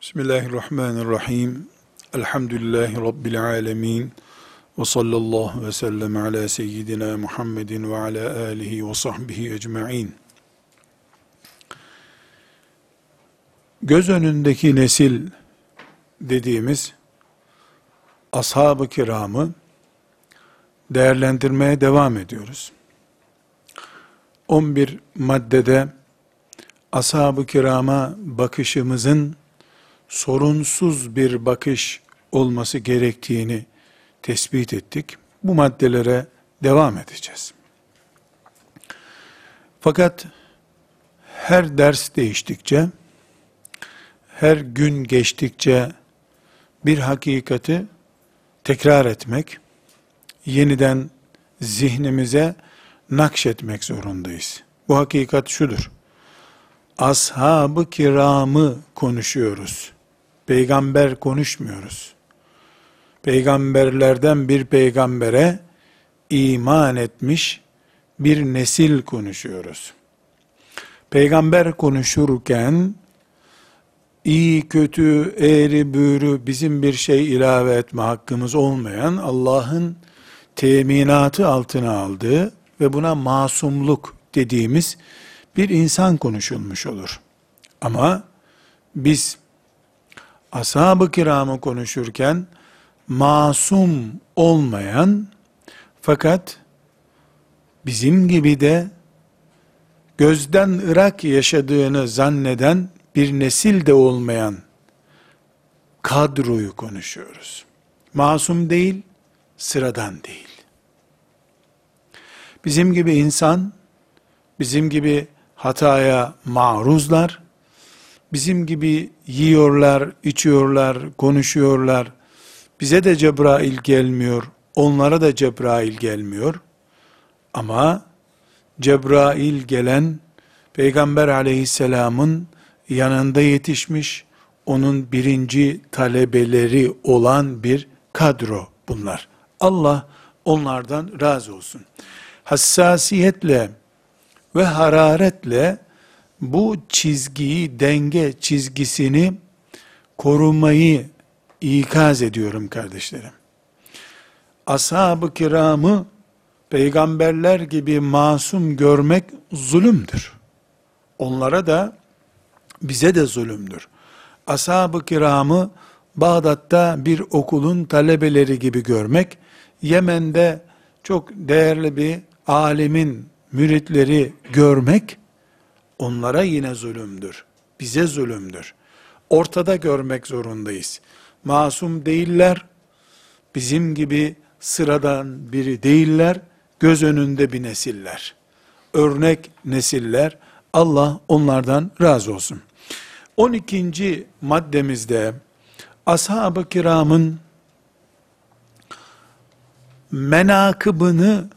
Bismillahirrahmanirrahim. Elhamdülillahi Rabbil alemin. Ve sallallahu ve sellem ala seyyidina Muhammedin ve ala alihi ve sahbihi ecma'in. Göz önündeki nesil dediğimiz ashab-ı kiramı değerlendirmeye devam ediyoruz. 11 maddede ashab-ı kirama bakışımızın sorunsuz bir bakış olması gerektiğini tespit ettik. Bu maddelere devam edeceğiz. Fakat her ders değiştikçe, her gün geçtikçe bir hakikati tekrar etmek, yeniden zihnimize nakşetmek zorundayız. Bu hakikat şudur: ashab-ı kiramı konuşuyoruz. Peygamber konuşmuyoruz. Peygamberlerden bir peygambere iman etmiş bir nesil konuşuyoruz. Peygamber konuşurken iyi, kötü, eğri, büğrü bizim bir şey ilave etme hakkımız olmayan, Allah'ın teminatı altına aldığı ve buna masumluk dediğimiz bir insan konuşulmuş olur. Ama biz ashab-ı kiramı konuşurken masum olmayan fakat bizim gibi de gözden ırak yaşadığını zanneden bir nesil de olmayan kadroyu konuşuyoruz. Masum değil, sıradan değil. Bizim gibi insan, bizim gibi hataya maruzlar, bizim gibi yiyorlar, içiyorlar, konuşuyorlar. Bize de Cebrail gelmiyor, onlara da Cebrail gelmiyor. Ama Cebrail gelen Peygamber aleyhisselamın yanında yetişmiş, onun birinci talebeleri olan bir kadro bunlar. Allah onlardan razı olsun. Hassasiyetle ve hararetle bu çizgiyi, denge çizgisini korumayı ikaz ediyorum kardeşlerim. Ashab-ı kiramı peygamberler gibi masum görmek zulümdür. Onlara da bize de zulümdür. Ashab-ı kiramı Bağdat'ta bir okulun talebeleri gibi görmek, Yemen'de çok değerli bir alimin müritleri görmek, onlara yine zulümdür. Bize zulümdür. Ortada görmek zorundayız. Masum değiller, bizim gibi sıradan biri değiller, göz önünde bir nesiller. Örnek nesiller, Allah onlardan razı olsun. 12. maddemizde ashab-ı kiramın menakıbını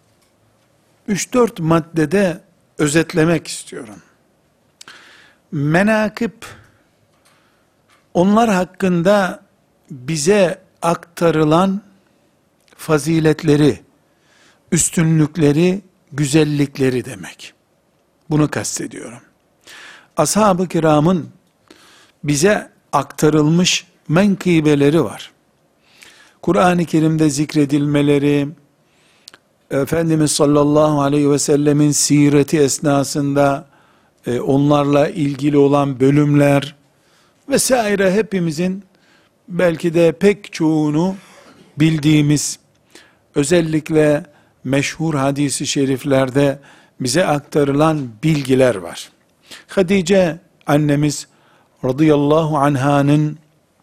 3-4 maddede özetlemek istiyorum. Menakıb, onlar hakkında bize aktarılan faziletleri, üstünlükleri, güzellikleri demek. Bunu kastediyorum. Ashab-ı kiramın bize aktarılmış menkıbeleri var. Kur'an-ı Kerim'de zikredilmeleri, Efendimiz sallallahu aleyhi ve sellemin sireti esnasında onlarla ilgili olan bölümler vesaire, hepimizin belki de pek çoğunu bildiğimiz, özellikle meşhur hadis-i şeriflerde bize aktarılan bilgiler var. Hatice annemiz radıyallahu anhanın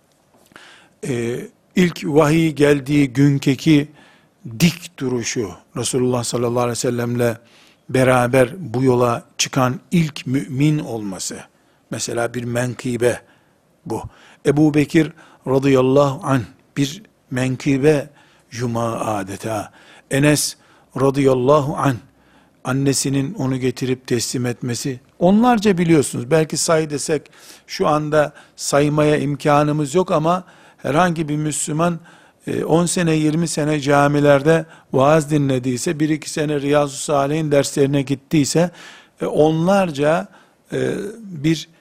ilk vahiy geldiği günkeki dik duruşu, Resulullah sallallahu aleyhi ve sellemle beraber bu yola çıkan ilk mümin olması, mesela bir menkıbe bu. Ebu Bekir radıyallahu anh bir menkıbe yumağı adeta. Enes radıyallahu anh annesinin onu getirip teslim etmesi, onlarca biliyorsunuz. Belki say desek şu anda saymaya imkanımız yok ama herhangi bir Müslüman 10 sene 20 sene camilerde vaaz dinlediyse, 1-2 sene Riyazu Salih'in derslerine gittiyse onlarca bir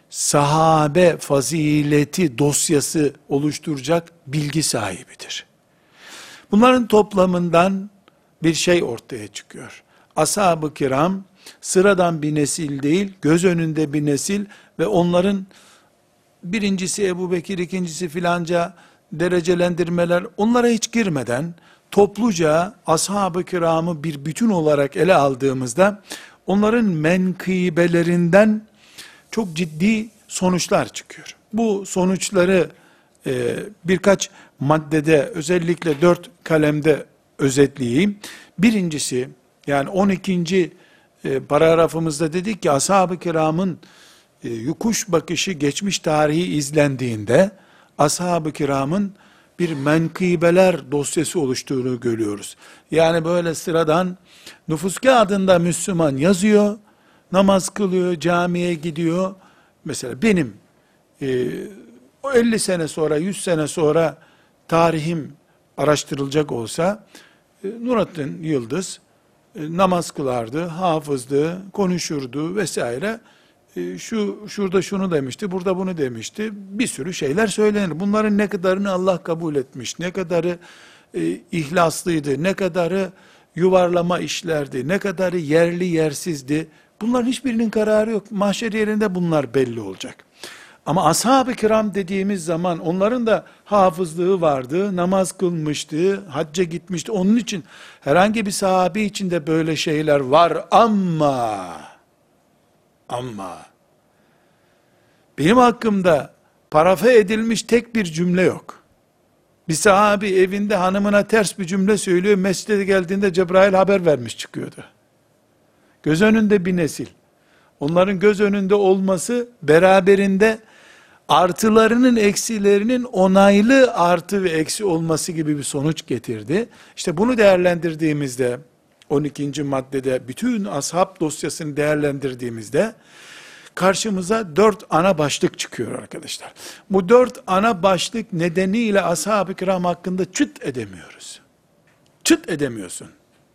sahabe fazileti dosyası oluşturacak bilgi sahibidir. Bunların toplamından bir şey ortaya çıkıyor. Ashab-ı kiram sıradan bir nesil değil, göz önünde bir nesil ve onların birincisi Ebu Bekir, ikincisi filanca derecelendirmeler, onlara hiç girmeden topluca ashab-ı kiramı bir bütün olarak ele aldığımızda onların menkıbelerinden çok ciddi sonuçlar çıkıyor. Bu sonuçları birkaç maddede, özellikle 4 kalemde özetleyeyim. Birincisi, yani 12. paragrafımızda dedik ki ashab-ı kiramın yokuş bakışı geçmiş tarihi izlendiğinde ashab-ı kiramın bir menkıbeler dosyası oluştuğunu görüyoruz. Yani böyle sıradan nüfus kağıdında Müslüman yazıyor, namaz kılıyor, camiye gidiyor. Mesela benim o 50 sene sonra, 100 sene sonra tarihim araştırılacak olsa Nurattin Yıldız namaz kılardı, hafızdı, konuşurdu vesaire. Şurada şunu demişti, burada bunu demişti. Bir sürü şeyler söylenir. Bunların ne kadarını Allah kabul etmiş, ne kadarı ihlaslıydı, ne kadarı yuvarlama işlerdi, ne kadarı yerli yersizdi. Bunların hiçbirinin kararı yok. Mahşer yerinde bunlar belli olacak. Ama ashab-ı kiram dediğimiz zaman onların da hafızlığı vardı, namaz kılmıştı, hacca gitmişti. Onun için herhangi bir sahabi için de böyle şeyler var ama benim hakkımda parafe edilmiş tek bir cümle yok. Bir sahabi evinde hanımına ters bir cümle söylüyor, mescide geldiğinde Cebrail haber vermiş çıkıyordu. Göz önünde bir nesil. Onların göz önünde olması beraberinde artılarının eksilerinin onaylı artı ve eksi olması gibi bir sonuç getirdi. İşte bunu değerlendirdiğimizde 12. maddede bütün ashab dosyasını değerlendirdiğimizde karşımıza 4 ana başlık çıkıyor arkadaşlar. Bu 4 ana başlık nedeniyle ashab-ı kiram hakkında çıt edemiyoruz. Çıt edemiyorsun.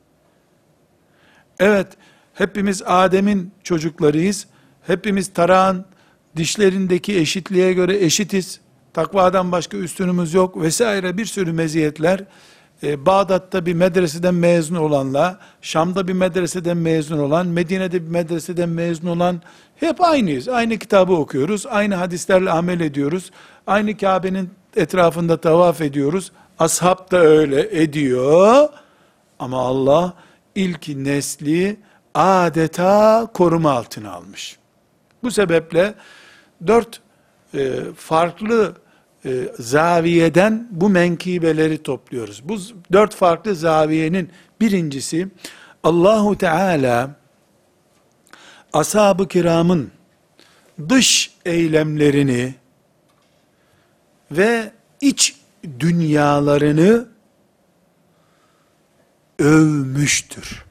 Evet, hepimiz Adem'in çocuklarıyız. Hepimiz tarağın dişlerindeki eşitliğe göre eşitiz. Takvadan başka üstünümüz yok vesaire bir sürü meziyetler. Bağdat'ta bir medreseden mezun olanla, Şam'da bir medreseden mezun olan, Medine'de bir medreseden mezun olan hep aynıyız. Aynı kitabı okuyoruz, aynı hadislerle amel ediyoruz, aynı Kabe'nin etrafında tavaf ediyoruz. Ashab da öyle ediyor. Ama Allah ilk nesli adeta koruma altına almış. Bu sebeple 4 farklı zaviyeden bu menkıbeleri topluyoruz. Bu 4 farklı zaviyenin birincisi, Allahu Teala ashab-ı kiramın dış eylemlerini ve iç dünyalarını övmüştür.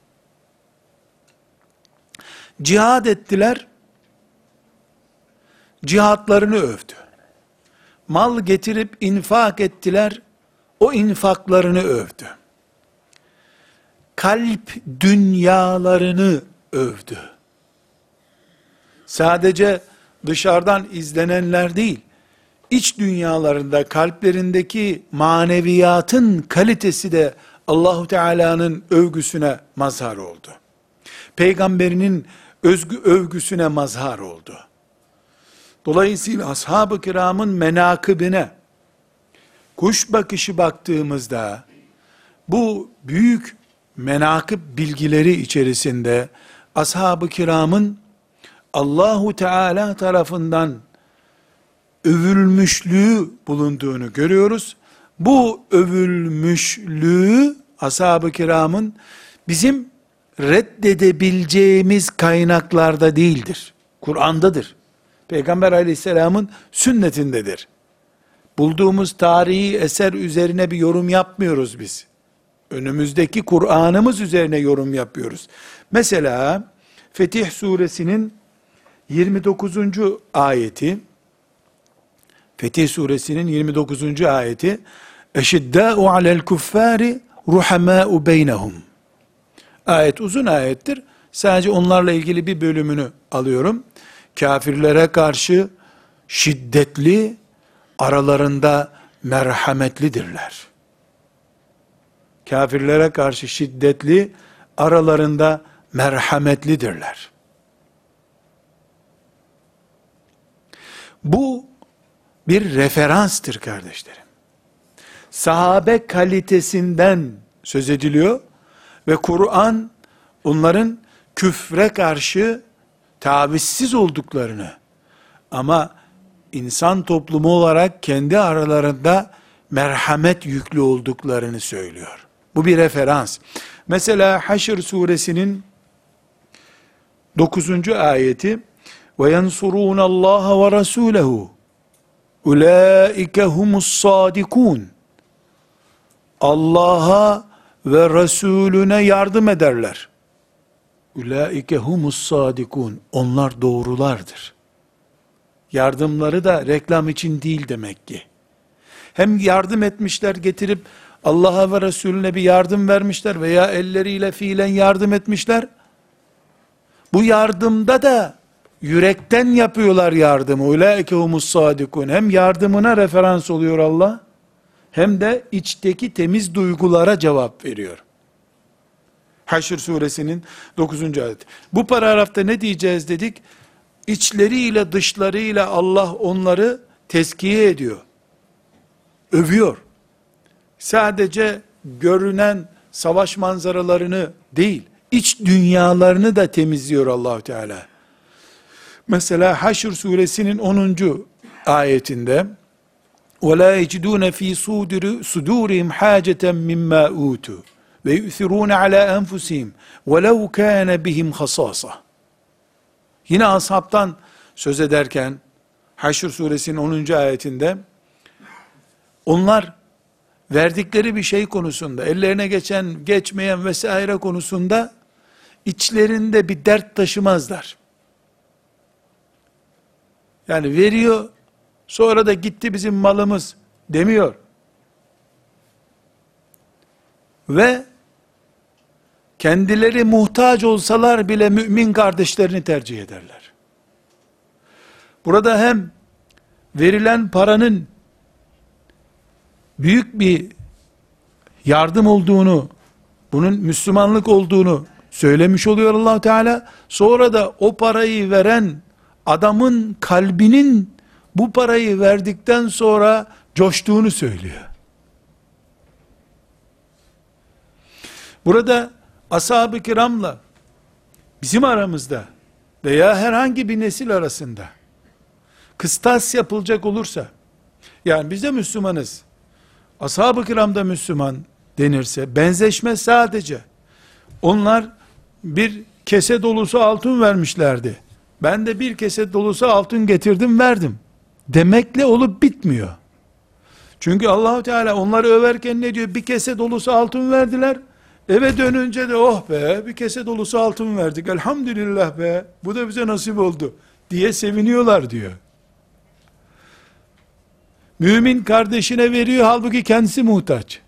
Cihad ettiler, cihatlarını övdü. Mal getirip infak ettiler, o infaklarını övdü. Kalp dünyalarını övdü. Sadece dışarıdan izlenenler değil, iç dünyalarında, kalplerindeki maneviyatın kalitesi de Allahu Teala'nın övgüsüne mazhar oldu. Peygamberinin övgüsüne mazhar oldu. Dolayısıyla ashab-ı kiramın menakıbine kuş bakışı baktığımızda bu büyük menakıb bilgileri içerisinde ashab-ı kiramın Allahu Teala tarafından övülmüşlüğü bulunduğunu görüyoruz. Bu övülmüşlüğü ashab-ı kiramın bizim reddedebileceğimiz kaynaklarda değildir. Kur'an'dadır. Peygamber aleyhisselamın sünnetindedir. Bulduğumuz tarihi eser üzerine bir yorum yapmıyoruz biz. Önümüzdeki Kur'an'ımız üzerine yorum yapıyoruz. Mesela Fetih suresinin 29. ayeti, Fetih suresinin 29. ayeti, eşiddâ'u alel kuffâri ruhamâ'u beynehum. Ayet uzun ayettir. Sadece onlarla ilgili bir bölümünü alıyorum. Kafirlere karşı şiddetli, aralarında merhametlidirler. Kafirlere karşı şiddetli, aralarında merhametlidirler. Bu bir referanstır kardeşlerim. Sahabe kalitesinden söz ediliyor ve Kur'an onların küfre karşı tavizsiz olduklarını ama insan toplumu olarak kendi aralarında merhamet yüklü olduklarını söylüyor. Bu bir referans. Mesela Haşr suresinin 9. ayeti وَيَنْصُرُونَ اللّٰهَ وَرَسُولَهُ اُولَٰئِكَ هُمُ الصَّادِقُونَ Allah'a ve Resulüne yardım ederler. Ulaike humus sadikun. Onlar doğrulardır. Yardımları da reklam için değil demek ki. Hem yardım etmişler, getirip Allah'a ve Resulüne bir yardım vermişler veya elleriyle fiilen yardım etmişler. Bu yardımda da yürekten yapıyorlar yardımı. Ulaike humus sadikun. Hem yardımına referans oluyor Allah, hem de içteki temiz duygulara cevap veriyor. Haşr suresinin 9. ayet. Bu paragrafta ne diyeceğiz dedik? İçleriyle dışlarıyla Allah onları tezkiye ediyor. Övüyor. Sadece görünen savaş manzaralarını değil, iç dünyalarını da temizliyor Allah Teala. Mesela Haşr suresinin 10. ayetinde وَلَا يَجِدُونَ ف۪ي صُدُورِهِمْ حَاجَةً مِمَّا اُوتُوا وَيُؤْثِرُونَ عَلَى أَنْفُسِهِمْ وَلَوْ كَانَ بِهِمْ خَصَاصَةً. Yine ashabtan söz ederken Haşr suresinin 10. ayetinde onlar verdikleri bir şey konusunda, ellerine geçen, geçmeyen vesaire konusunda içlerinde bir dert taşımazlar. Yani veriyor, sonra da gitti bizim malımız demiyor. Ve kendileri muhtaç olsalar bile mümin kardeşlerini tercih ederler. Burada hem verilen paranın büyük bir yardım olduğunu, bunun Müslümanlık olduğunu söylemiş oluyor Allah Teala. Sonra da o parayı veren adamın kalbinin bu parayı verdikten sonra coştuğunu söylüyor. Burada ashab-ı kiramla bizim aramızda veya herhangi bir nesil arasında kıstas yapılacak olursa, yani biz de Müslümanız, ashab-ı kiram da Müslüman denirse, benzeşme sadece onlar bir kese dolusu altın vermişlerdi, ben de bir kese dolusu altın getirdim verdim demekle olup bitmiyor. Çünkü Allah Teala onları överken ne diyor? Bir kese dolusu altın verdiler, eve dönünce de oh be bir kese dolusu altın verdik, elhamdülillah be bu da bize nasip oldu diye seviniyorlar diyor. Mümin kardeşine veriyor, halbuki kendisi muhtaç.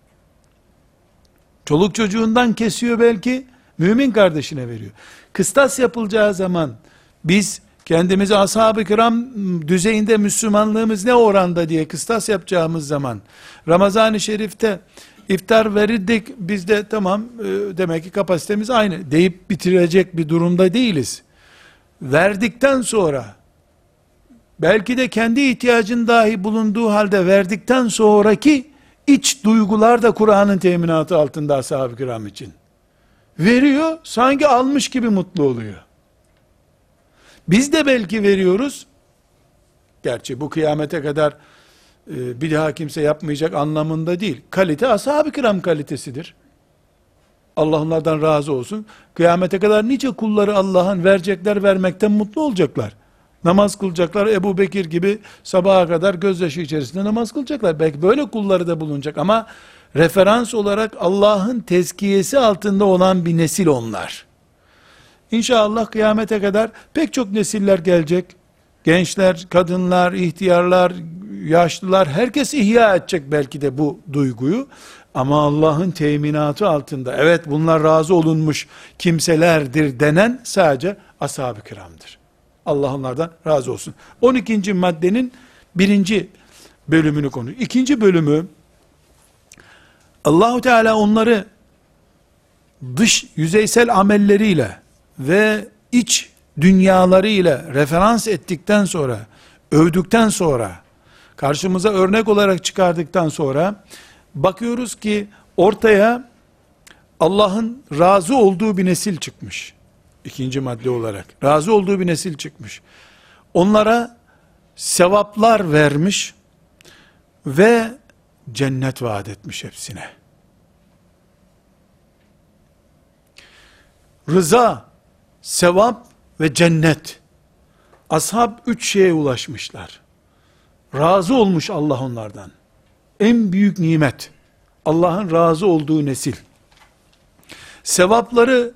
Çoluk çocuğundan kesiyor belki, mümin kardeşine veriyor. Kıstas yapılacağı zaman biz kendimizi ashab-ı kiram düzeyinde Müslümanlığımız ne oranda diye kıstas yapacağımız zaman, Ramazan-ı Şerif'te iftar verirdik, biz de tamam demek ki kapasitemiz aynı deyip bitirecek bir durumda değiliz. Verdikten sonra, belki de kendi ihtiyacın dahi bulunduğu halde verdikten sonraki iç duygular da Kur'an'ın teminatı altında ashab-ı kiram için. Veriyor, sanki almış gibi mutlu oluyor. Biz de belki veriyoruz, gerçi bu kıyamete kadar bir daha kimse yapmayacak anlamında değil. Kalite ashab-ı kiram kalitesidir. Allah onlardan razı olsun. Kıyamete kadar nice kulları Allah'ın verecekler, vermekten mutlu olacaklar. Namaz kılacaklar, Ebu Bekir gibi sabaha kadar gözyaşı içerisinde namaz kılacaklar. Belki böyle kulları da bulunacak ama referans olarak Allah'ın tezkiyesi altında olan bir nesil onlar. İnşallah kıyamete kadar pek çok nesiller gelecek. Gençler, kadınlar, ihtiyarlar, yaşlılar, herkes ihya edecek belki de bu duyguyu. Ama Allah'ın teminatı altında, evet bunlar razı olunmuş kimselerdir denen sadece ashab-ı kiramdır. Allah onlardan razı olsun. 12. maddenin birinci bölümünü konuşuyor. İkinci bölümü, Allahu Teala onları dış yüzeysel amelleriyle ve iç dünyalarıyla referans ettikten sonra, övdükten sonra, karşımıza örnek olarak çıkardıktan sonra, bakıyoruz ki ortaya Allah'ın razı olduğu bir nesil çıkmış. İkinci madde olarak. Razı olduğu bir nesil çıkmış. Onlara sevaplar vermiş ve cennet vaat etmiş hepsine. Rıza, sevap ve cennet. Ashab 3 şeye ulaşmışlar. Razı olmuş Allah onlardan. En büyük nimet. Allah'ın razı olduğu nesil. Sevapları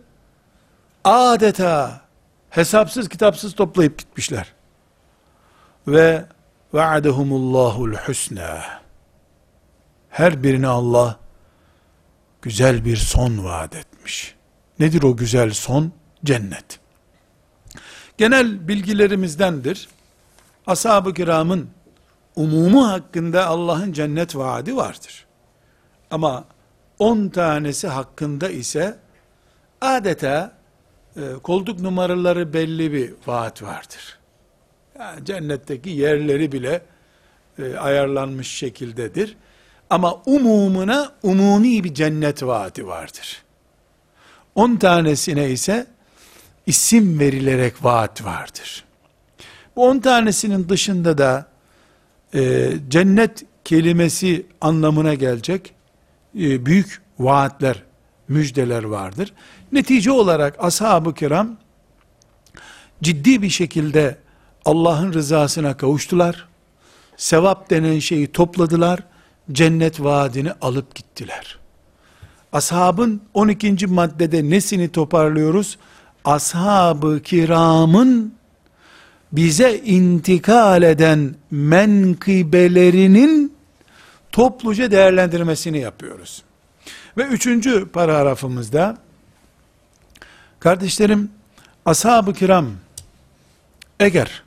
adeta hesapsız kitapsız toplayıp gitmişler. Ve vaadehumullahul husna. Her birine Allah güzel bir son vaat etmiş. Nedir o güzel son? Cennet. Genel bilgilerimizdendir. Ashab-ı kiramın umumu hakkında Allah'ın cennet vaadi vardır. Ama 10 tanesi hakkında ise adeta koltuk numaraları belli bir vaat vardır. Yani cennetteki yerleri bile ayarlanmış şekildedir. Ama umumuna umumi bir cennet vaadi vardır. 10 tanesine ise isim verilerek vaat vardır. Bu 10 tanesinin dışında da cennet kelimesi anlamına gelecek büyük vaatler, müjdeler vardır. Netice olarak ashab-ı kiram ciddi bir şekilde Allah'ın rızasına kavuştular. Sevap denen şeyi topladılar. Cennet vaadini alıp gittiler. Ashabın 12. maddede nesini toparlıyoruz? Ashab-ı kiramın bize intikal eden menkıbelerinin topluca değerlendirmesini yapıyoruz. Ve 3. paragrafımızda, kardeşlerim, ashab-ı kiram eğer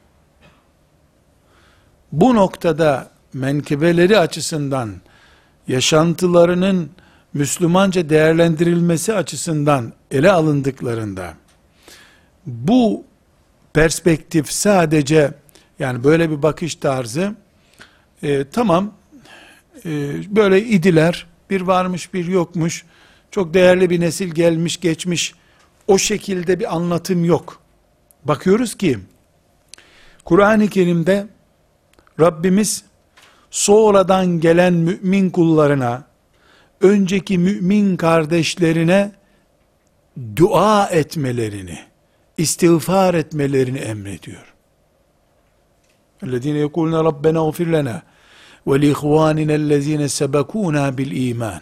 bu noktada menkıbeleri açısından, yaşantılarının Müslümanca değerlendirilmesi açısından ele alındıklarında, bu perspektif sadece, yani böyle bir bakış tarzı, tamam, böyle idiler, bir varmış bir yokmuş, çok değerli bir nesil gelmiş geçmiş, o şekilde bir anlatım yok. Bakıyoruz ki, Kur'an-ı Kerim'de Rabbimiz sonradan gelen mümin kullarına, önceki mümin kardeşlerine dua etmelerini, istiğfar etmelerini emrediyor. اَلَّذ۪ينَ يَقُولُونَ رَبَّنَا اغْفِرْ لَنَا وَلِيْخْوَانِنَا الَّذ۪ينَ سَبَكُونَا بِالْا۪يمَانِ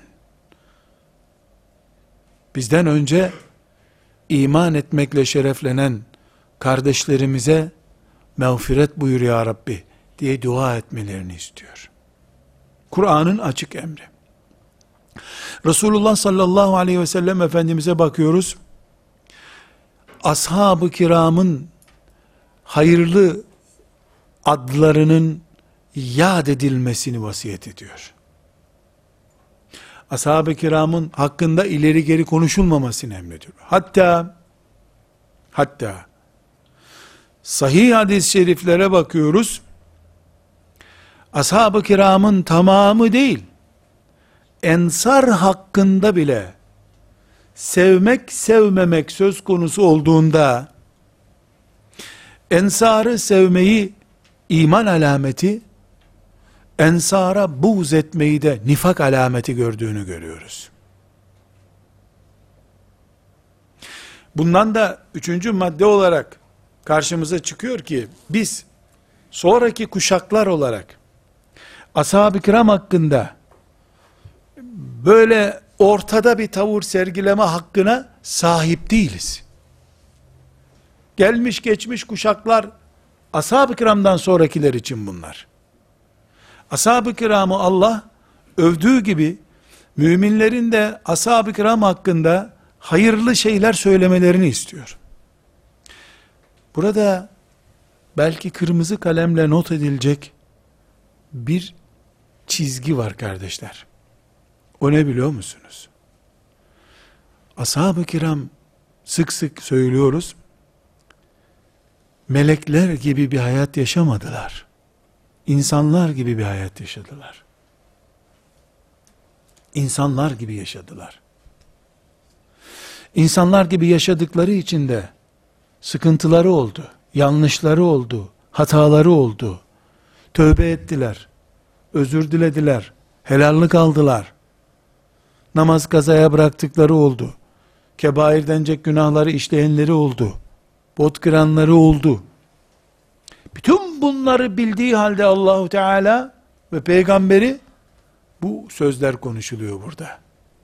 Bizden önce iman etmekle şereflenen kardeşlerimize mağfiret buyur ya Rabbi diye dua etmelerini istiyor. Kur'an'ın açık emri. Resulullah sallallahu aleyhi ve sellem Efendimiz'e bakıyoruz. Ashab-ı kiramın hayırlı adlarının yad edilmesini vasiyet ediyor. Ashab-ı kiramın hakkında ileri geri konuşulmamasını emrediyor. Hatta sahih hadis-i şeriflere bakıyoruz. Ashab-ı kiramın tamamı değil, ensar hakkında bile sevmek sevmemek söz konusu olduğunda, ensarı sevmeyi iman alameti, ensara buğz etmeyi de nifak alameti gördüğünü görüyoruz. Bundan da 3. madde olarak karşımıza çıkıyor ki, biz sonraki kuşaklar olarak ashab-ı kiram hakkında böyle ortada bir tavır sergileme hakkına sahip değiliz. Gelmiş geçmiş kuşaklar, ashab-ı kiramdan sonrakiler için bunlar. Ashab-ı kiramı Allah övdüğü gibi, müminlerin de ashab-ı kiram hakkında hayırlı şeyler söylemelerini istiyor. Burada belki kırmızı kalemle not edilecek bir çizgi var kardeşler. O ne biliyor musunuz? Ashab-ı kiram, sık sık söylüyoruz, melekler gibi bir hayat yaşamadılar. İnsanlar gibi bir hayat yaşadılar. İnsanlar gibi yaşadılar. İnsanlar gibi yaşadıkları için de sıkıntıları oldu, yanlışları oldu, hataları oldu. Tövbe ettiler, özür dilediler, helallik aldılar. Namaz kazaya bıraktıkları oldu. Kebair denecek günahları işleyenleri oldu. Pot kıranları oldu. Bütün bunları bildiği halde Allahu Teala ve peygamberi, bu sözler konuşuluyor burada.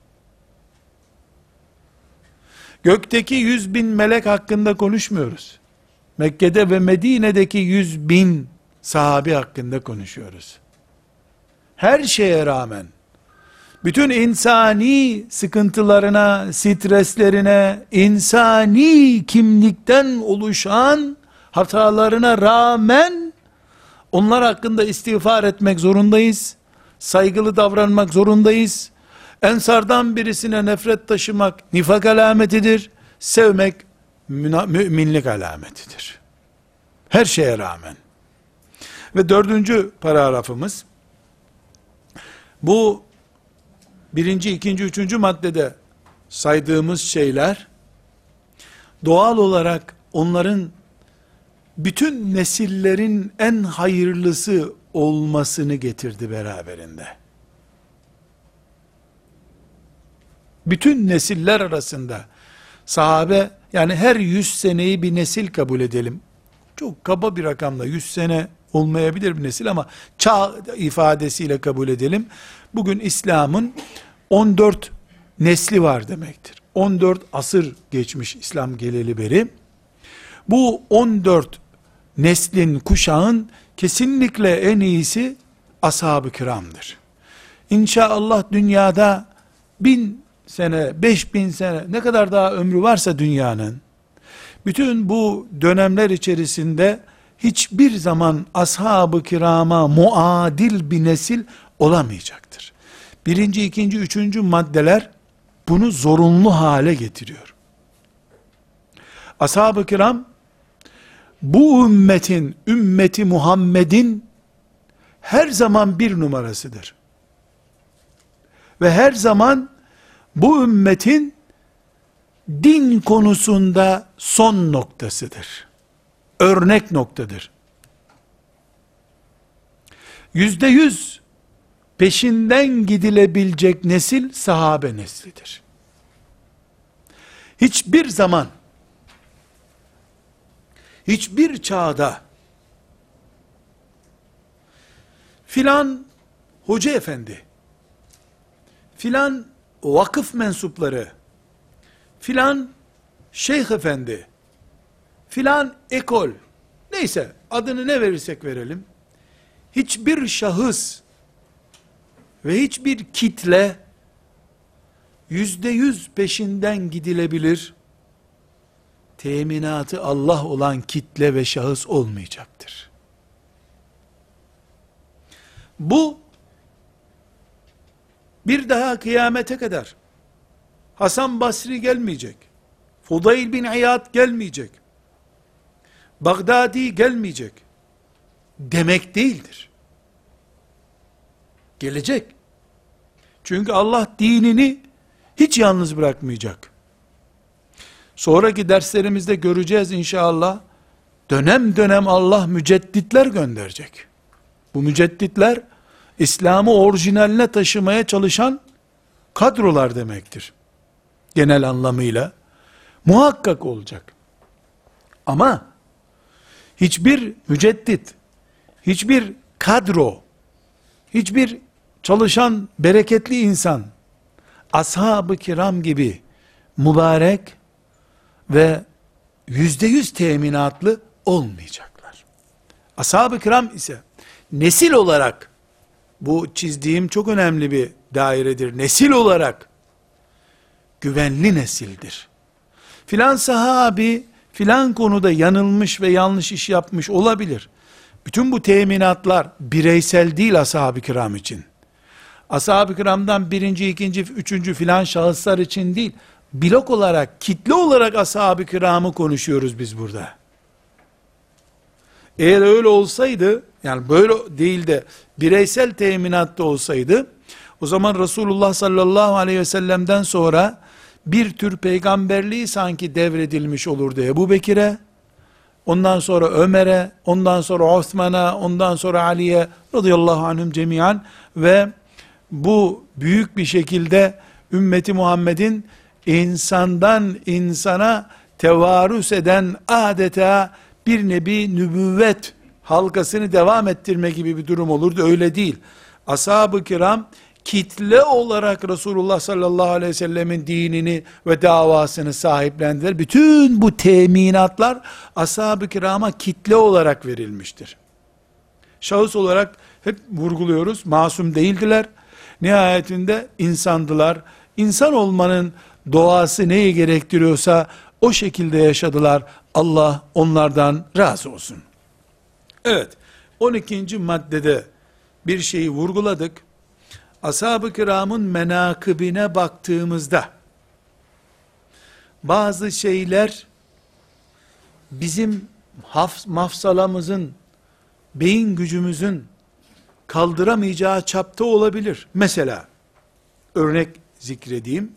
Gökteki 100.000 melek hakkında konuşmuyoruz. Mekke'de ve Medine'deki 100.000 sahabi hakkında konuşuyoruz. Her şeye rağmen, bütün insani sıkıntılarına, streslerine, insani kimlikten oluşan hatalarına rağmen, onlar hakkında istiğfar etmek zorundayız. Saygılı davranmak zorundayız. Ensardan birisine nefret taşımak nifak alametidir. Sevmek müminlik alametidir. Her şeye rağmen. Ve 4. paragrafımız, bu 1., 2., 3. maddede saydığımız şeyler, doğal olarak onların bütün nesillerin en hayırlısı olmasını getirdi beraberinde. Bütün nesiller arasında sahabe, yani her 100 seneyi bir nesil kabul edelim. Çok kaba bir rakamla 100 sene olmayabilir bir nesil ama çağ ifadesiyle kabul edelim. Bugün İslam'ın 14 nesli var demektir. 14 asır geçmiş İslam geleli beri. Bu 14 neslin, kuşağın kesinlikle en iyisi ashab-ı kiramdır. İnşallah dünyada 1000 sene, 5000 sene, ne kadar daha ömrü varsa dünyanın, bütün bu dönemler içerisinde hiçbir zaman ashab-ı kirama muadil bir nesil olamayacaktır. 1., 2., 3. maddeler bunu zorunlu hale getiriyor. Ashab-ı kiram, bu ümmetin, ümmeti Muhammed'in her zaman bir numarasıdır. Ve her zaman bu ümmetin din konusunda son noktasıdır. Örnek noktadır. %100 peşinden gidilebilecek nesil sahabe neslidir. Hiçbir zaman, hiçbir çağda filan hoca efendi, filan vakıf mensupları, filan şeyh efendi, filan ekol, neyse adını ne verirsek verelim, hiçbir şahıs ve hiçbir kitle %100 peşinden gidilebilir, teminatı Allah olan kitle ve şahıs olmayacaktır. Bu, bir daha kıyamete kadar Hasan Basri gelmeyecek, Fudayl bin İyad gelmeyecek, Bagdadi gelmeyecek demek değildir. Gelecek. Çünkü Allah dinini hiç yalnız bırakmayacak. Sonraki derslerimizde göreceğiz inşallah. Dönem dönem Allah mücedditler gönderecek. Bu mücedditler, İslam'ı orijinaline taşımaya çalışan kadrolar demektir. Genel anlamıyla. Muhakkak olacak. Ama hiçbir müceddit, hiçbir kadro, hiçbir çalışan bereketli insan, ashab-ı kiram gibi mübarek ve %100 teminatlı olmayacaklar. Ashab-ı kiram ise nesil olarak, bu çizdiğim çok önemli bir dairedir, nesil olarak güvenli nesildir. Filan sahabi, filan konuda yanılmış ve yanlış iş yapmış olabilir. Bütün bu teminatlar bireysel değil ashab-ı kiram için. Ashab-ı kiramdan birinci, ikinci, üçüncü filan şahıslar için değil, blok olarak, kitle olarak ashab-ı kiramı konuşuyoruz biz burada. Eğer öyle olsaydı, yani böyle değil de bireysel teminatta olsaydı, o zaman Resulullah sallallahu aleyhi ve sellem'den sonra bir tür peygamberliği sanki devredilmiş olurdu Ebu Bekir'e, ondan sonra Ömer'e, ondan sonra Osman'a, ondan sonra Ali'ye radıyallahu anhum cemiyan ve bu büyük bir şekilde ümmeti Muhammed'in insandan insana tevarüs eden adeta bir nevi nübüvvet halkasını devam ettirme gibi bir durum olurdu. Öyle değil. Ashab-ı kiram kitle olarak Resulullah sallallahu aleyhi ve sellemin dinini ve davasını sahiplendiler. Bütün bu teminatlar ashab-ı kirama kitle olarak verilmiştir. Şahıs olarak hep vurguluyoruz, masum değildiler. Nihayetinde insandılar. İnsan olmanın doğası neyi gerektiriyorsa o şekilde yaşadılar. Allah onlardan razı olsun. Evet, 12. maddede bir şeyi vurguladık. Ashab-ı kiramın menakıbine baktığımızda, bazı şeyler bizim mafsalamızın, beyin gücümüzün kaldıramayacağı çapta olabilir. Mesela, örnek zikredeyim.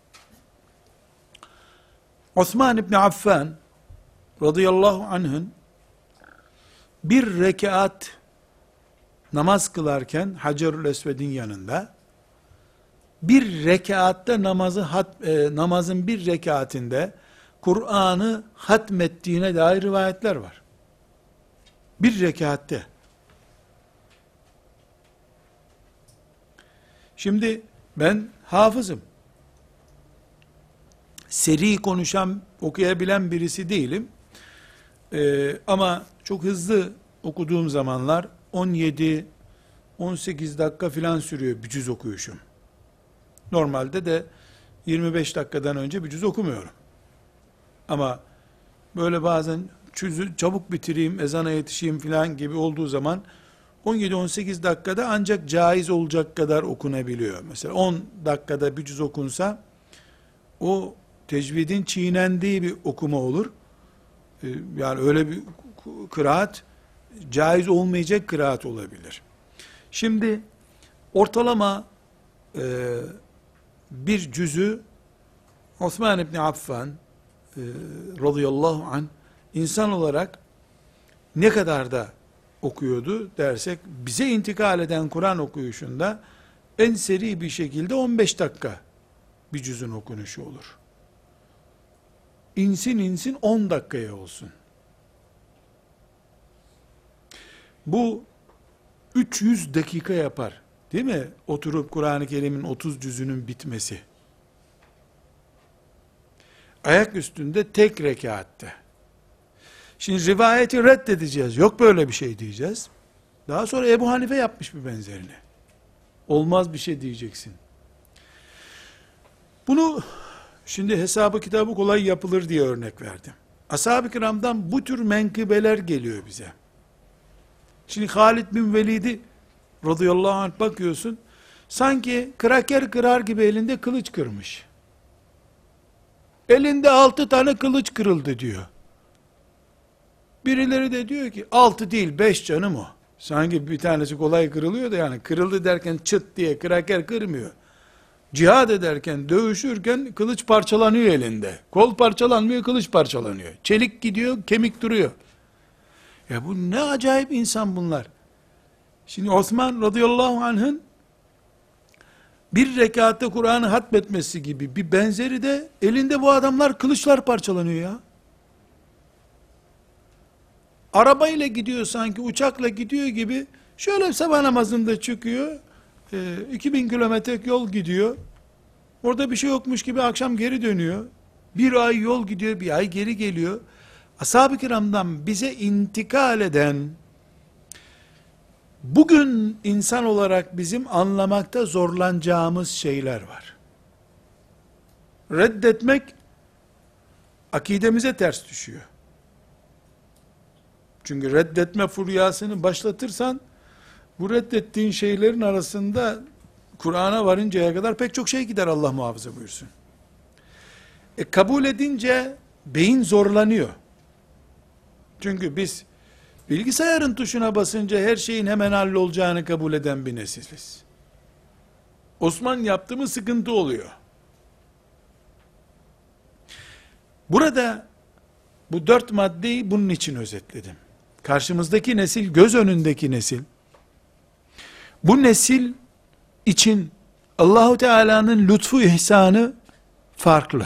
Osman İbni Affan radıyallahu anh'ın bir rekat namaz kılarken Hacerül Esved'in yanında bir rekatta namazın bir rekatinde Kur'an'ı hatmettiğine dair rivayetler var. Bir rekatte. Şimdi ben hafızım. Seri konuşan, okuyabilen birisi değilim. Ama çok hızlı okuduğum zamanlar 17-18 dakika filan sürüyor bir cüz okuyuşum. Normalde de 25 dakikadan önce bir cüz okumuyorum. Ama böyle bazen cüzü çabuk bitireyim, ezana yetişeyim filan gibi olduğu zaman 17-18 dakikada ancak caiz olacak kadar okunabiliyor. Mesela 10 dakikada bir cüz okunsa o tecvidin çiğnendiği bir okuma olur. Yani öyle bir kıraat caiz olmayacak kıraat olabilir. Şimdi ortalama bir cüzü Osman İbni Affan radıyallahu anh insan olarak ne kadar da okuyordu dersek, bize intikal eden Kur'an okuyuşunda en seri bir şekilde 15 dakika bir cüzün okunuşu olur. İnsin 10 dakikaya olsun. Bu 300 dakika yapar. Değil mi? Oturup Kur'an-ı Kerim'in 30 cüzünün bitmesi. Ayak üstünde tek rekatte. Şimdi rivayeti reddedeceğiz. Yok böyle bir şey diyeceğiz. Daha sonra Ebu Hanife yapmış bir benzerini. Olmaz bir şey diyeceksin. Bunu şimdi hesabı kitabı kolay yapılır diye örnek verdim. Ashab-ı kiramdan bu tür menkıbeler geliyor bize. Şimdi Halid bin Velid'i radıyallahu anh bakıyorsun, sanki kraker kırar gibi elinde kılıç kırmış. Elinde 6 tane kılıç kırıldı diyor. Birileri de diyor ki 6 değil 5 canım o. Sanki bir tanesi kolay kırılıyor da, yani kırıldı derken çıt diye kraker kırmıyor. Cihad ederken, dövüşürken kılıç parçalanıyor elinde. Kol parçalanmıyor, kılıç parçalanıyor. Çelik gidiyor, kemik duruyor. Ya bu ne acayip insan bunlar. Şimdi Osman radıyallahu anh'ın bir rekatta Kur'an'ı hatmetmesi gibi bir benzeri de elinde bu adamlar kılıçlar parçalanıyor ya. Arabayla gidiyor sanki, uçakla gidiyor gibi, şöyle sabah namazında çıkıyor, 2000 kilometre yol gidiyor, orada bir şey yokmuş gibi akşam geri dönüyor, bir ay yol gidiyor, bir ay geri geliyor. Ashab-ı kiramdan bize intikal eden, bugün insan olarak bizim anlamakta zorlanacağımız şeyler var. Reddetmek, akidemize ters düşüyor. Çünkü reddetme furyasını başlatırsan, bu reddettiğin şeylerin arasında Kur'an'a varıncaya kadar pek çok şey gider, Allah muhafaza buyursun. Kabul edince beyin zorlanıyor. Çünkü biz bilgisayarın tuşuna basınca her şeyin hemen hallolacağını kabul eden bir nesiliz. Osman yaptı mı sıkıntı oluyor. Burada bu 4 maddeyi bunun için özetledim. Karşımızdaki nesil, göz önündeki nesil, bu nesil için Allahu Teala'nın lütfu ihsanı farklı.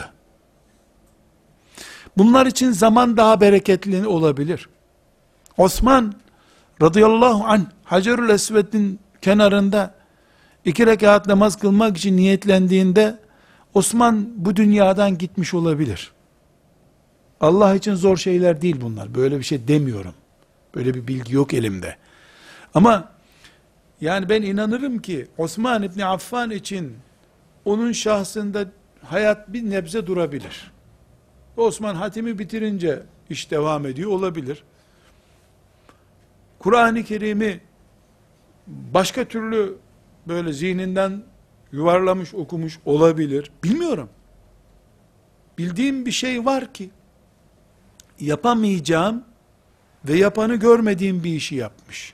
Bunlar için zaman daha bereketli olabilir. Osman radıyallahu anh Hacerül Esved'in kenarında 2 rekat namaz kılmak için niyetlendiğinde Osman bu dünyadan gitmiş olabilir. Allah için zor şeyler değil bunlar. Böyle bir şey demiyorum. Böyle bir bilgi yok elimde. Ama yani ben inanırım ki Osman İbni Affan için onun şahsında hayat bir nebze durabilir. Osman hatimi bitirince iş devam ediyor olabilir. Kur'an-ı Kerim'i başka türlü böyle zihninden yuvarlamış okumuş olabilir. Bilmiyorum. Bildiğim bir şey var ki yapamayacağım ve yapanı görmediğim bir işi yapmış.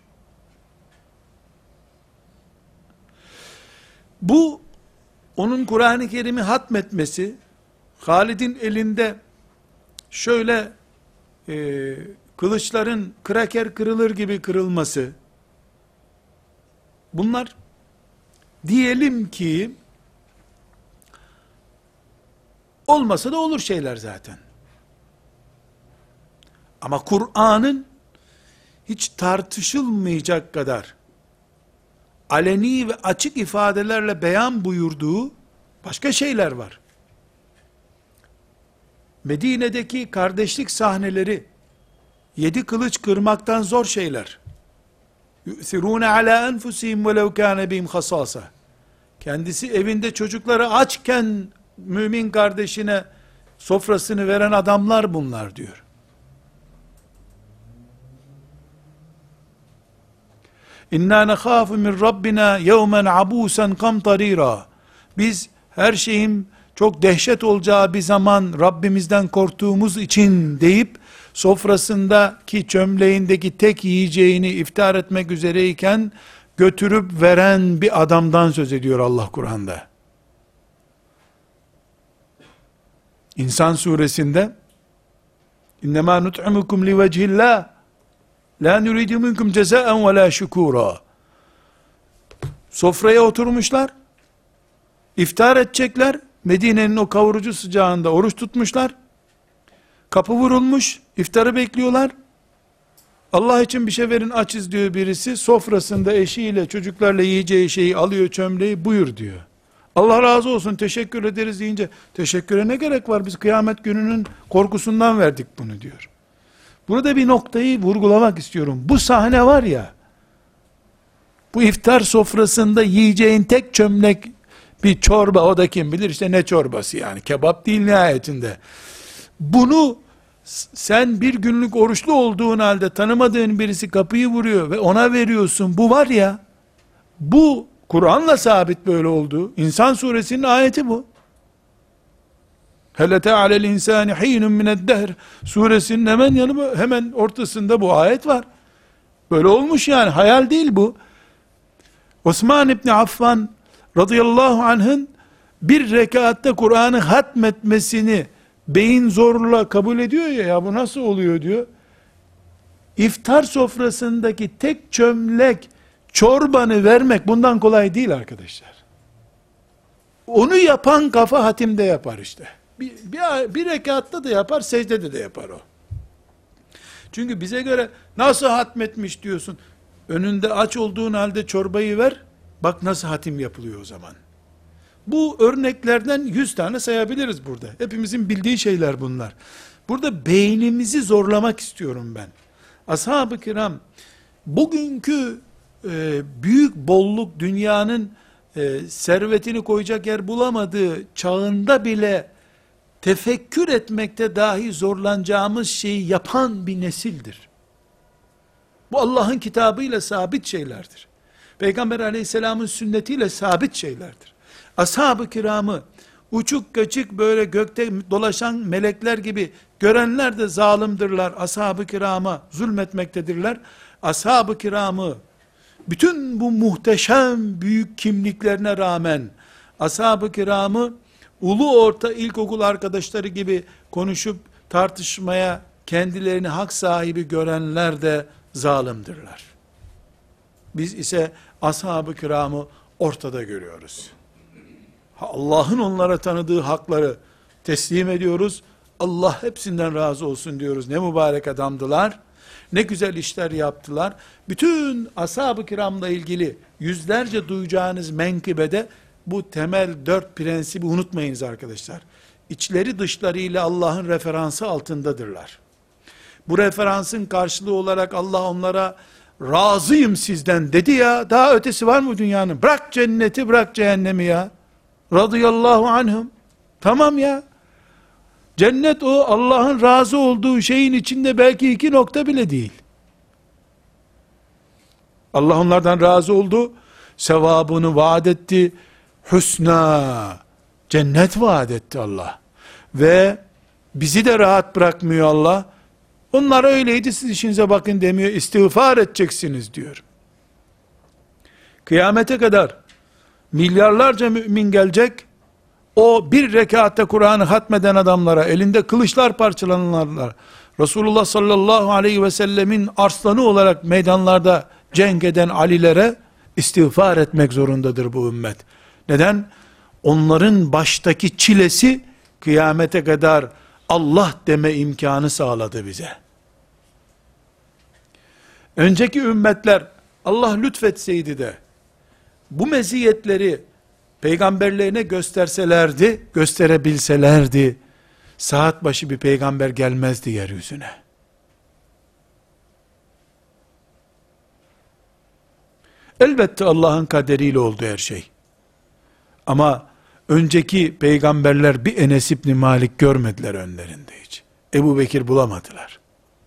Bu onun Kur'an-ı Kerim'i hatmetmesi, Halid'in elinde şöyle kılıçların kraker kırılır gibi kırılması, bunlar diyelim ki olmasa da olur şeyler zaten. Ama Kur'an'ın hiç tartışılmayacak kadar aleni ve açık ifadelerle beyan buyurduğu başka şeyler var. Medine'deki kardeşlik sahneleri 7 kılıç kırmaktan zor şeyler. يُؤْثِرُونَ عَلَى أَنْفُسِهِمْ وَلَوْ كَانَ بِهِمْ خَصَاصَةً. Kendisi evinde çocukları açken mümin kardeşine sofrasını veren adamlar bunlar diyor. İnna nekhafu min Rabbina yevmen abusan kamtarira. Biz her şeyin çok dehşet olacağı bir zaman Rabbimizden korktuğumuz için deyip sofrasındaki çömleğindeki tek yiyeceğini iftar etmek üzereyken götürüp veren bir adamdan söz ediyor Allah Kur'an'da. İnsan suresinde İnnemâ nut'imukum li vecihillâh la nuridu minkum cezaen ve la şükûrâ. Sofraya oturmuşlar, iftar edecekler, Medine'nin o kavurucu sıcağında oruç tutmuşlar, kapı vurulmuş, iftarı bekliyorlar, Allah için bir şey verin açız diyor birisi, sofrasında eşiyle çocuklarla yiyeceği şeyi alıyor, çömleği, buyur diyor. Allah razı olsun teşekkür ederiz deyince, teşekküre ne gerek var, biz kıyamet gününün korkusundan verdik bunu diyor. Burada bir noktayı vurgulamak istiyorum. Bu sahne var ya, bu iftar sofrasında yiyeceğin tek çömlek bir çorba, o da kim bilir işte ne çorbası yani, kebap değil nihayetinde. Bunu sen bir günlük oruçlu olduğun halde tanımadığın birisi kapıyı vuruyor ve ona veriyorsun. Bu var ya, bu Kur'an'la sabit böyle oldu. İnsan suresinin ayeti bu. Hele te'alel insani hinun mineddehr suresinin hemen ortasında bu ayet var. Böyle olmuş yani, hayal değil bu. Osman İbni Affan radıyallahu anh'ın bir rekatta Kur'an'ı hatmetmesini beyin zorla kabul ediyor ya bu nasıl oluyor diyor. İftar sofrasındaki tek çömlek çorbanı vermek bundan kolay değil arkadaşlar. Onu yapan kafa hatimde yapar işte. Bir rekatta da yapar, secdede de yapar o. Çünkü bize göre nasıl hatmetmiş diyorsun. Önünde aç olduğun halde çorbayı ver, bak nasıl hatim yapılıyor o zaman. Bu örneklerden 100 tane sayabiliriz burada. Hepimizin bildiği şeyler bunlar. Burada beynimizi zorlamak istiyorum ben. Ashab-ı kiram, bugünkü büyük bolluk, dünyanın servetini koyacak yer bulamadığı çağında bile tefekkür etmekte dahi zorlanacağımız şeyi yapan bir nesildir. Bu Allah'ın kitabıyla sabit şeylerdir. Peygamber aleyhisselamın sünnetiyle sabit şeylerdir. Ashab-ı kiramı uçuk kaçık böyle gökte dolaşan melekler gibi görenler de zalimdirler. Ashab-ı kirama zulmetmektedirler. Ashab-ı kiramı bütün bu muhteşem büyük kimliklerine rağmen ashab-ı kiramı ulu orta ilkokul arkadaşları gibi konuşup tartışmaya kendilerini hak sahibi görenler de zalimdirler. Biz ise ashab-ı kiramı ortada görüyoruz. Allah'ın onlara tanıdığı hakları teslim ediyoruz. Allah hepsinden razı olsun diyoruz. Ne mübarek adamdılar. Ne güzel işler yaptılar. Bütün ashab-ı kiramla ilgili yüzlerce duyacağınız menkıbede bu temel 4 prensibi unutmayınız arkadaşlar. İçleri dışlarıyla Allah'ın referansı altındadırlar. Bu referansın karşılığı olarak Allah onlara razıyım sizden dedi ya, daha ötesi var mı dünyanın? Bırak cenneti, bırak cehennemi ya. Radıyallahu anhum. Tamam ya. Cennet o Allah'ın razı olduğu şeyin içinde belki 2 nokta bile değil. Allah onlardan razı oldu. Sevabını vaat etti. Hüsna. Cennet vaat etti Allah. Ve bizi de rahat bırakmıyor Allah. Onlar öyleydi, siz işinize bakın demiyor. İstiğfar edeceksiniz diyor. Kıyamete kadar milyarlarca mümin gelecek. O bir rekatta Kur'an'ı hatmeden adamlara, elinde kılıçlar parçalananlar, Resulullah sallallahu aleyhi ve sellemin arslanı olarak meydanlarda cenk eden Ali'lere istiğfar etmek zorundadır bu ümmet. Neden? Onların baştaki çilesi kıyamete kadar Allah deme imkanı sağladı bize. Önceki ümmetler Allah lütfetseydi de bu meziyetleri peygamberlerine gösterselerdi, gösterebilselerdi, saat başı bir peygamber gelmezdi yeryüzüne. Elbette Allah'ın kaderiyle oldu her şey. Ama önceki peygamberler bir Enes İbni Malik görmediler önlerinde hiç. Ebu Bekir bulamadılar.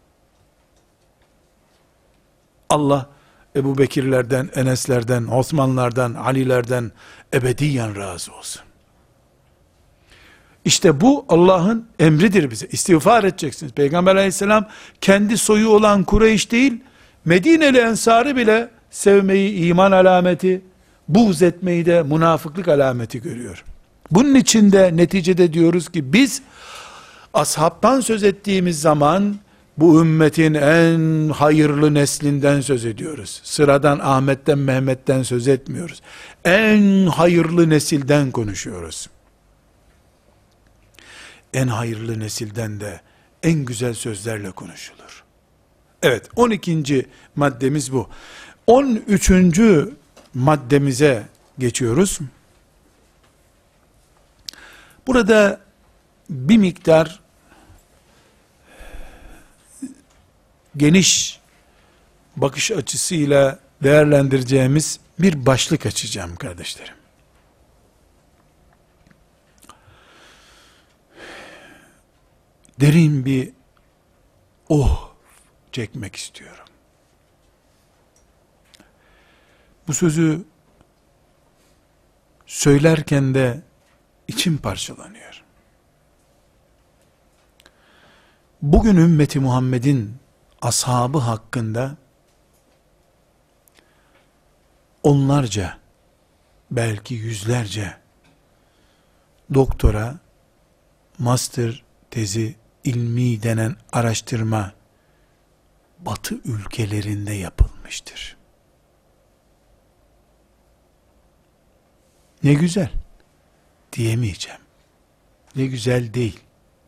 Allah Ebu Bekirlerden, Eneslerden, Osmanlardan, Alilerden ebediyen razı olsun. İşte bu Allah'ın emridir bize. İstiğfar edeceksiniz. Peygamber aleyhisselam kendi soyu olan Kureyş değil, Medineli Ensar'ı bile sevmeyi iman alameti, buğz etmeyi de münafıklık alameti görüyor. Bunun için de neticede diyoruz ki biz ashabtan söz ettiğimiz zaman bu ümmetin en hayırlı neslinden söz ediyoruz. Sıradan Ahmet'ten Mehmet'ten söz etmiyoruz. En hayırlı nesilden konuşuyoruz. En hayırlı nesilden de en güzel sözlerle konuşulur. Evet, 12. maddemiz bu. 13. maddemize geçiyoruz. Burada bir miktar geniş bakış açısıyla değerlendireceğimiz bir başlık açacağım kardeşlerim. Derin bir çekmek istiyorum. Bu sözü söylerken de içim parçalanıyor. Bugün ümmeti Muhammed'in ashabı hakkında onlarca, belki yüzlerce doktora, master tezi, ilmi denen araştırma Batı ülkelerinde yapılmıştır. Ne güzel diyemeyeceğim. Ne güzel değil.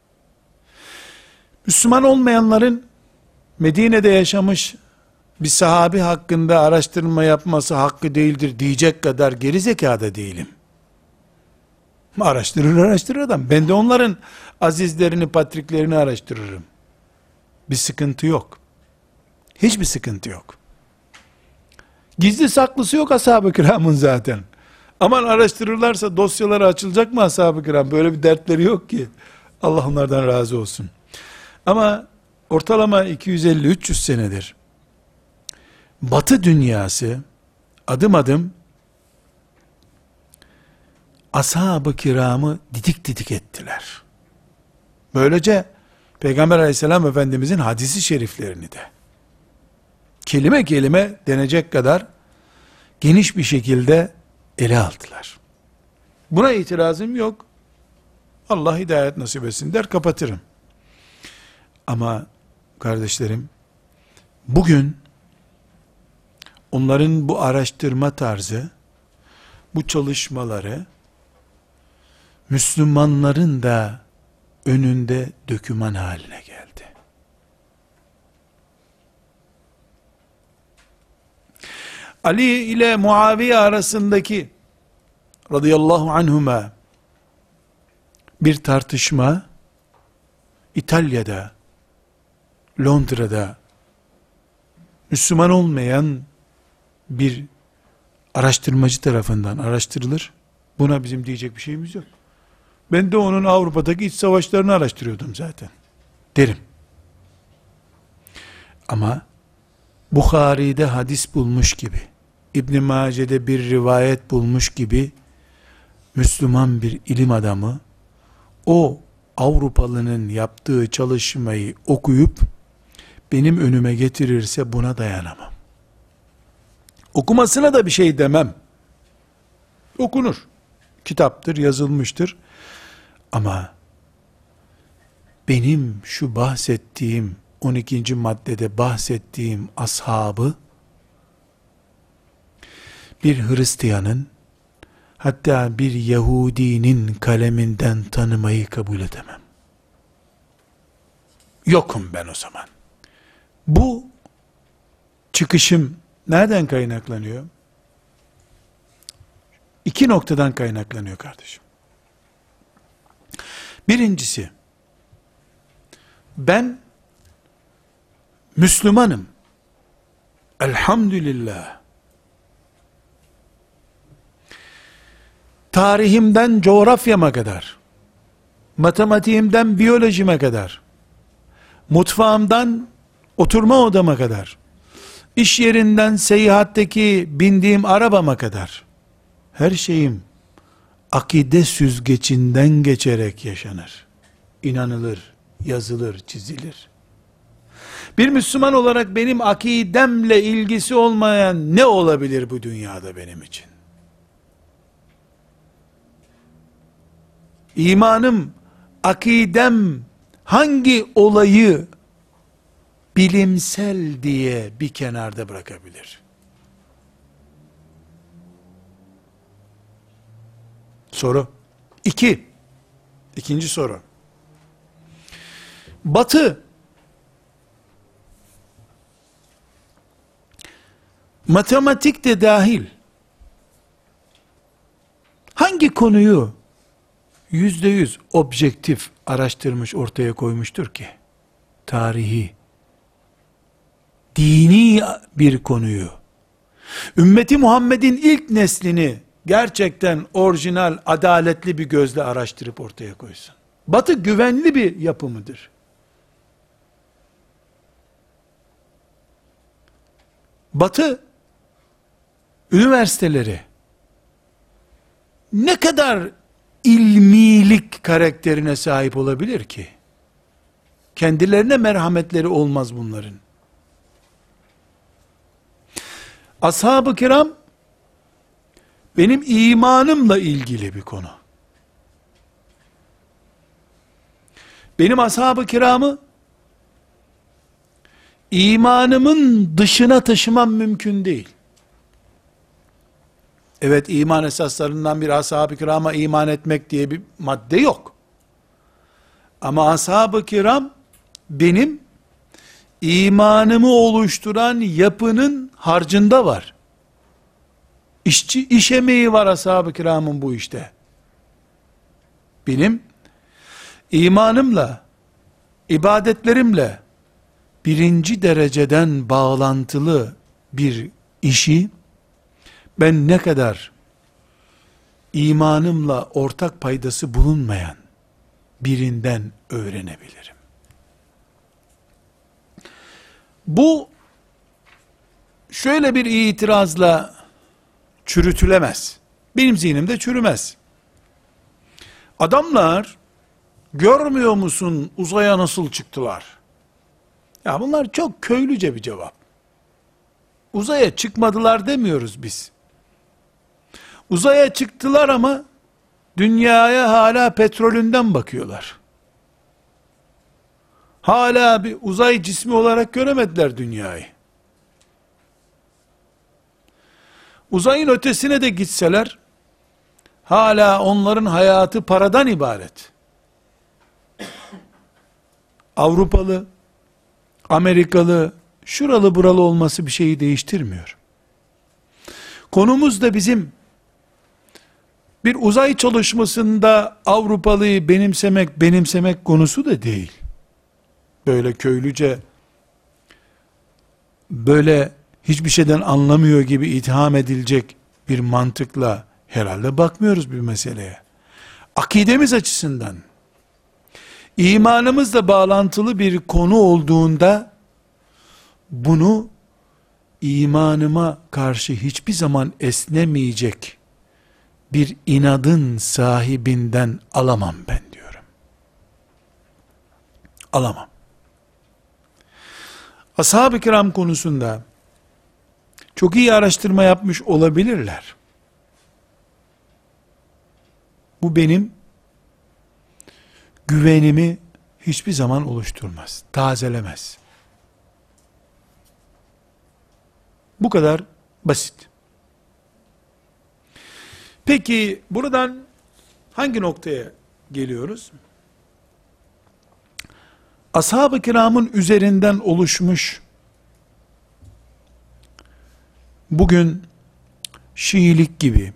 Müslüman olmayanların Medine'de yaşamış bir sahabi hakkında araştırma yapması hakkı değildir diyecek kadar gerizekâda değilim. Araştırır adam. Ben de onların azizlerini, patriklerini araştırırım. Bir sıkıntı yok. Hiçbir sıkıntı yok. Gizli saklısı yok ashab-ı kiramın zaten. Aman araştırırlarsa dosyaları açılacak mı ashab-ı kiram? Böyle bir dertleri yok ki. Allah onlardan razı olsun. Ama ortalama 250-300 senedir Batı dünyası adım adım ashab-ı kiramı didik didik ettiler. Böylece Peygamber aleyhisselam efendimizin hadisi şeriflerini de kelime kelime denecek kadar geniş bir şekilde ele aldılar. Buna itirazım yok. Allah hidayet nasip etsin der kapatırım. Ama kardeşlerim, bugün onların bu araştırma tarzı, bu çalışmaları Müslümanların da önünde döküman haline geldi. Ali ile Muaviye arasındaki radıyallahu anhuma bir tartışma İtalya'da, Londra'da Müslüman olmayan bir araştırmacı tarafından araştırılır. Buna bizim diyecek bir şeyimiz yok. Ben de onun Avrupa'daki iç savaşlarını araştırıyordum zaten derim. Ama Bukhari'de hadis bulmuş gibi, İbn Mace'de bir rivayet bulmuş gibi Müslüman bir ilim adamı o Avrupalının yaptığı çalışmayı okuyup benim önüme getirirse buna dayanamam. Okumasına da bir şey demem. Okunur. Kitaptır, yazılmıştır. Ama benim şu bahsettiğim 12. maddede bahsettiğim ashabı bir Hristiyanın, hatta bir Yahudinin kaleminden tanımayı kabul edemem. Yokum ben o zaman. Bu çıkışım nereden kaynaklanıyor? İki noktadan kaynaklanıyor kardeşim. Birincisi, ben Müslümanım. Elhamdülillah. Tarihimden coğrafyama kadar, matematiğimden biyolojime kadar, mutfağımdan oturma odama kadar, iş yerinden seyahatteki bindiğim arabama kadar, her şeyim akide süzgecinden geçerek yaşanır. İnanılır, yazılır, çizilir. Bir Müslüman olarak benim akidemle ilgisi olmayan ne olabilir bu dünyada benim için? İmanım, akidem hangi olayı bilimsel diye bir kenarda bırakabilir? Soru. İkinci soru. Batı, matematik de dahil, hangi konuyu %100 objektif araştırmış ortaya koymuştur ki? Tarihi, dini bir konuyu, ümmeti Muhammed'in ilk neslini gerçekten orijinal, adaletli bir gözle araştırıp ortaya koysun. Batı güvenli bir yapı mıdır? Batı üniversiteleri ne kadar ilmilik karakterine sahip olabilir ki? Kendilerine merhametleri olmaz bunların. Ashab-ı kiram benim imanımla ilgili bir konu. Benim ashab-ı kiramı imanımın dışına taşımam mümkün değil. Evet, iman esaslarından bir ashab-ı kirama iman etmek diye bir madde yok. Ama ashab-ı kiram benim imanımı oluşturan yapının harcında var. İş emeği var ashab-ı kiramın bu işte. Benim imanımla, ibadetlerimle birinci dereceden bağlantılı bir işi ben ne kadar imanımla ortak paydası bulunmayan birinden öğrenebilirim. Bu şöyle bir itirazla çürütülemez. Benim zihnimde çürümez. Adamlar, görmüyor musun uzaya nasıl çıktılar? Ya bunlar çok köylüce bir cevap. Uzaya çıkmadılar demiyoruz biz. Uzaya çıktılar ama dünyaya hala petrolünden bakıyorlar. Hala bir uzay cismi olarak göremediler dünyayı. Uzayın ötesine de gitseler, hala onların hayatı paradan ibaret. Avrupalı, Amerikalı, şuralı buralı olması bir şeyi değiştirmiyor. Konumuz da bizim, bir uzay çalışmasında Avrupalıyı benimsemek konusu da değil. Böyle köylüce, böyle hiçbir şeyden anlamıyor gibi itham edilecek bir mantıkla herhalde bakmıyoruz bir meseleye. Akidemiz açısından, imanımızla bağlantılı bir konu olduğunda, bunu imanıma karşı hiçbir zaman esnemeyecek bir inadın sahibinden alamam ben diyorum. Alamam. Ashab-ı kiram konusunda çok iyi araştırma yapmış olabilirler. Bu benim güvenimi hiçbir zaman oluşturmaz, tazelemez. Bu kadar basit. Peki buradan hangi noktaya geliyoruz? Ashab-ı kiramın üzerinden oluşmuş, bugün Şiilik gibi,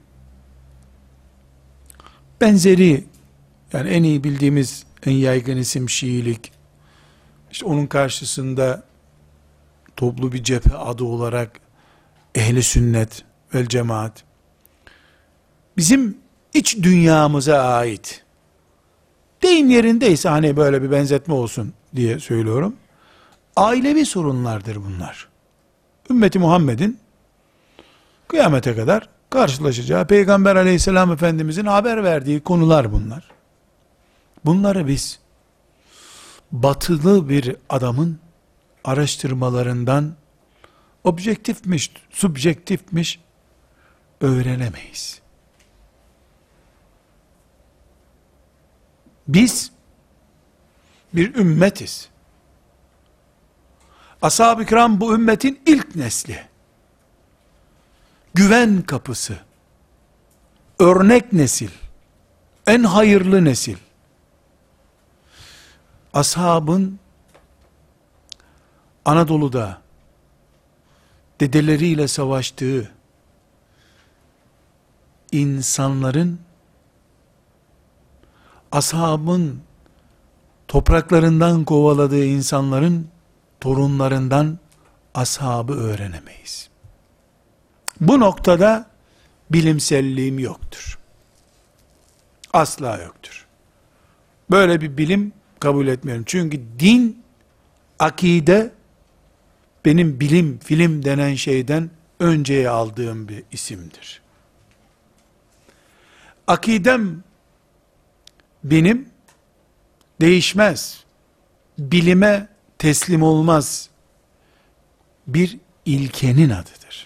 benzeri, yani en iyi bildiğimiz en yaygın isim Şiilik, işte onun karşısında toplu bir cephe adı olarak ehli sünnet vel cemaat, bizim iç dünyamıza ait, deyim yerindeyse hani böyle bir benzetme olsun diye söylüyorum, ailevi sorunlardır bunlar. Ümmeti Muhammed'in kıyamete kadar karşılaşacağı, Peygamber aleyhisselam efendimizin haber verdiği konular bunlar. Bunları biz batılı bir adamın araştırmalarından objektifmiş, subjektifmiş öğrenemeyiz. Biz bir ümmetiz. Ashab-ı kiram bu ümmetin ilk nesli. Güven kapısı. Örnek nesil. En hayırlı nesil. Ashabın Anadolu'da dedeleriyle savaştığı insanların, ashabın topraklarından kovaladığı insanların torunlarından ashabı öğrenemeyiz. Bu noktada bilimselliğim yoktur. Asla yoktur. Böyle bir bilim kabul etmiyorum. Çünkü din, akide, benim bilim, film denen şeyden önceye aldığım bir isimdir. Akidem benim değişmez, bilime teslim olmaz bir ilkenin adıdır.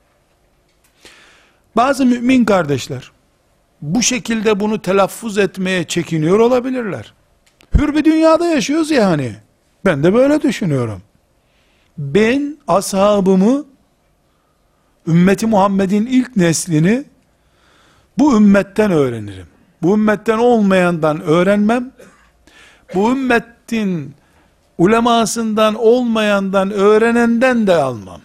Bazı mümin kardeşler bu şekilde bunu telaffuz etmeye çekiniyor olabilirler. Hür bir dünyada yaşıyoruz yani. Ben de böyle düşünüyorum. Ben ashabımı, ümmeti Muhammed'in ilk neslini bu ümmetten öğrenirim. Bu ümmetten olmayandan öğrenmem. Bu ümmetin ulemasından olmayandan öğrenenden de almam.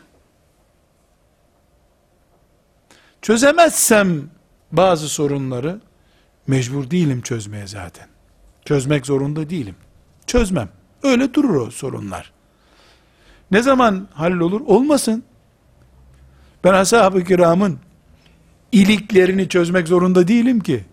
Çözemezsem bazı sorunları, mecbur değilim çözmeye zaten. Çözmek zorunda değilim. Çözmem. Öyle durur o sorunlar. Ne zaman hallolur? Olmasın. Ben ashab-ı kiramın iliklerini çözmek zorunda değilim ki.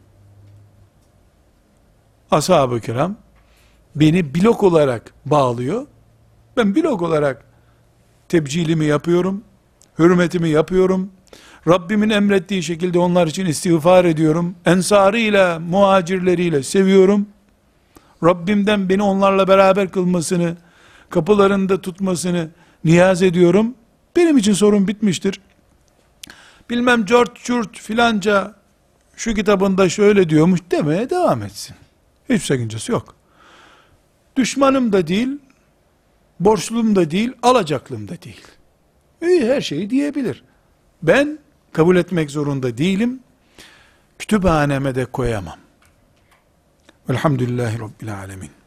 Ashab-ı kiram beni blok olarak bağlıyor. Ben blok olarak tebcilimi yapıyorum. hürmetimi yapıyorum. Rabbimin emrettiği şekilde onlar için istiğfar ediyorum. Ensarıyla, muhacirleriyle seviyorum. Rabbimden beni onlarla beraber kılmasını, kapılarında tutmasını niyaz ediyorum. Benim için sorun bitmiştir. Bilmem George filanca şu kitabında şöyle diyormuş demeye devam etsin. Hiç sakıncası yok. Düşmanım da değil, borçlum da değil, alacaklım da değil. Her şeyi diyebilir. Ben kabul etmek zorunda değilim. Kütüphaneme de koyamam. Velhamdülillahi Rabbil Alemin.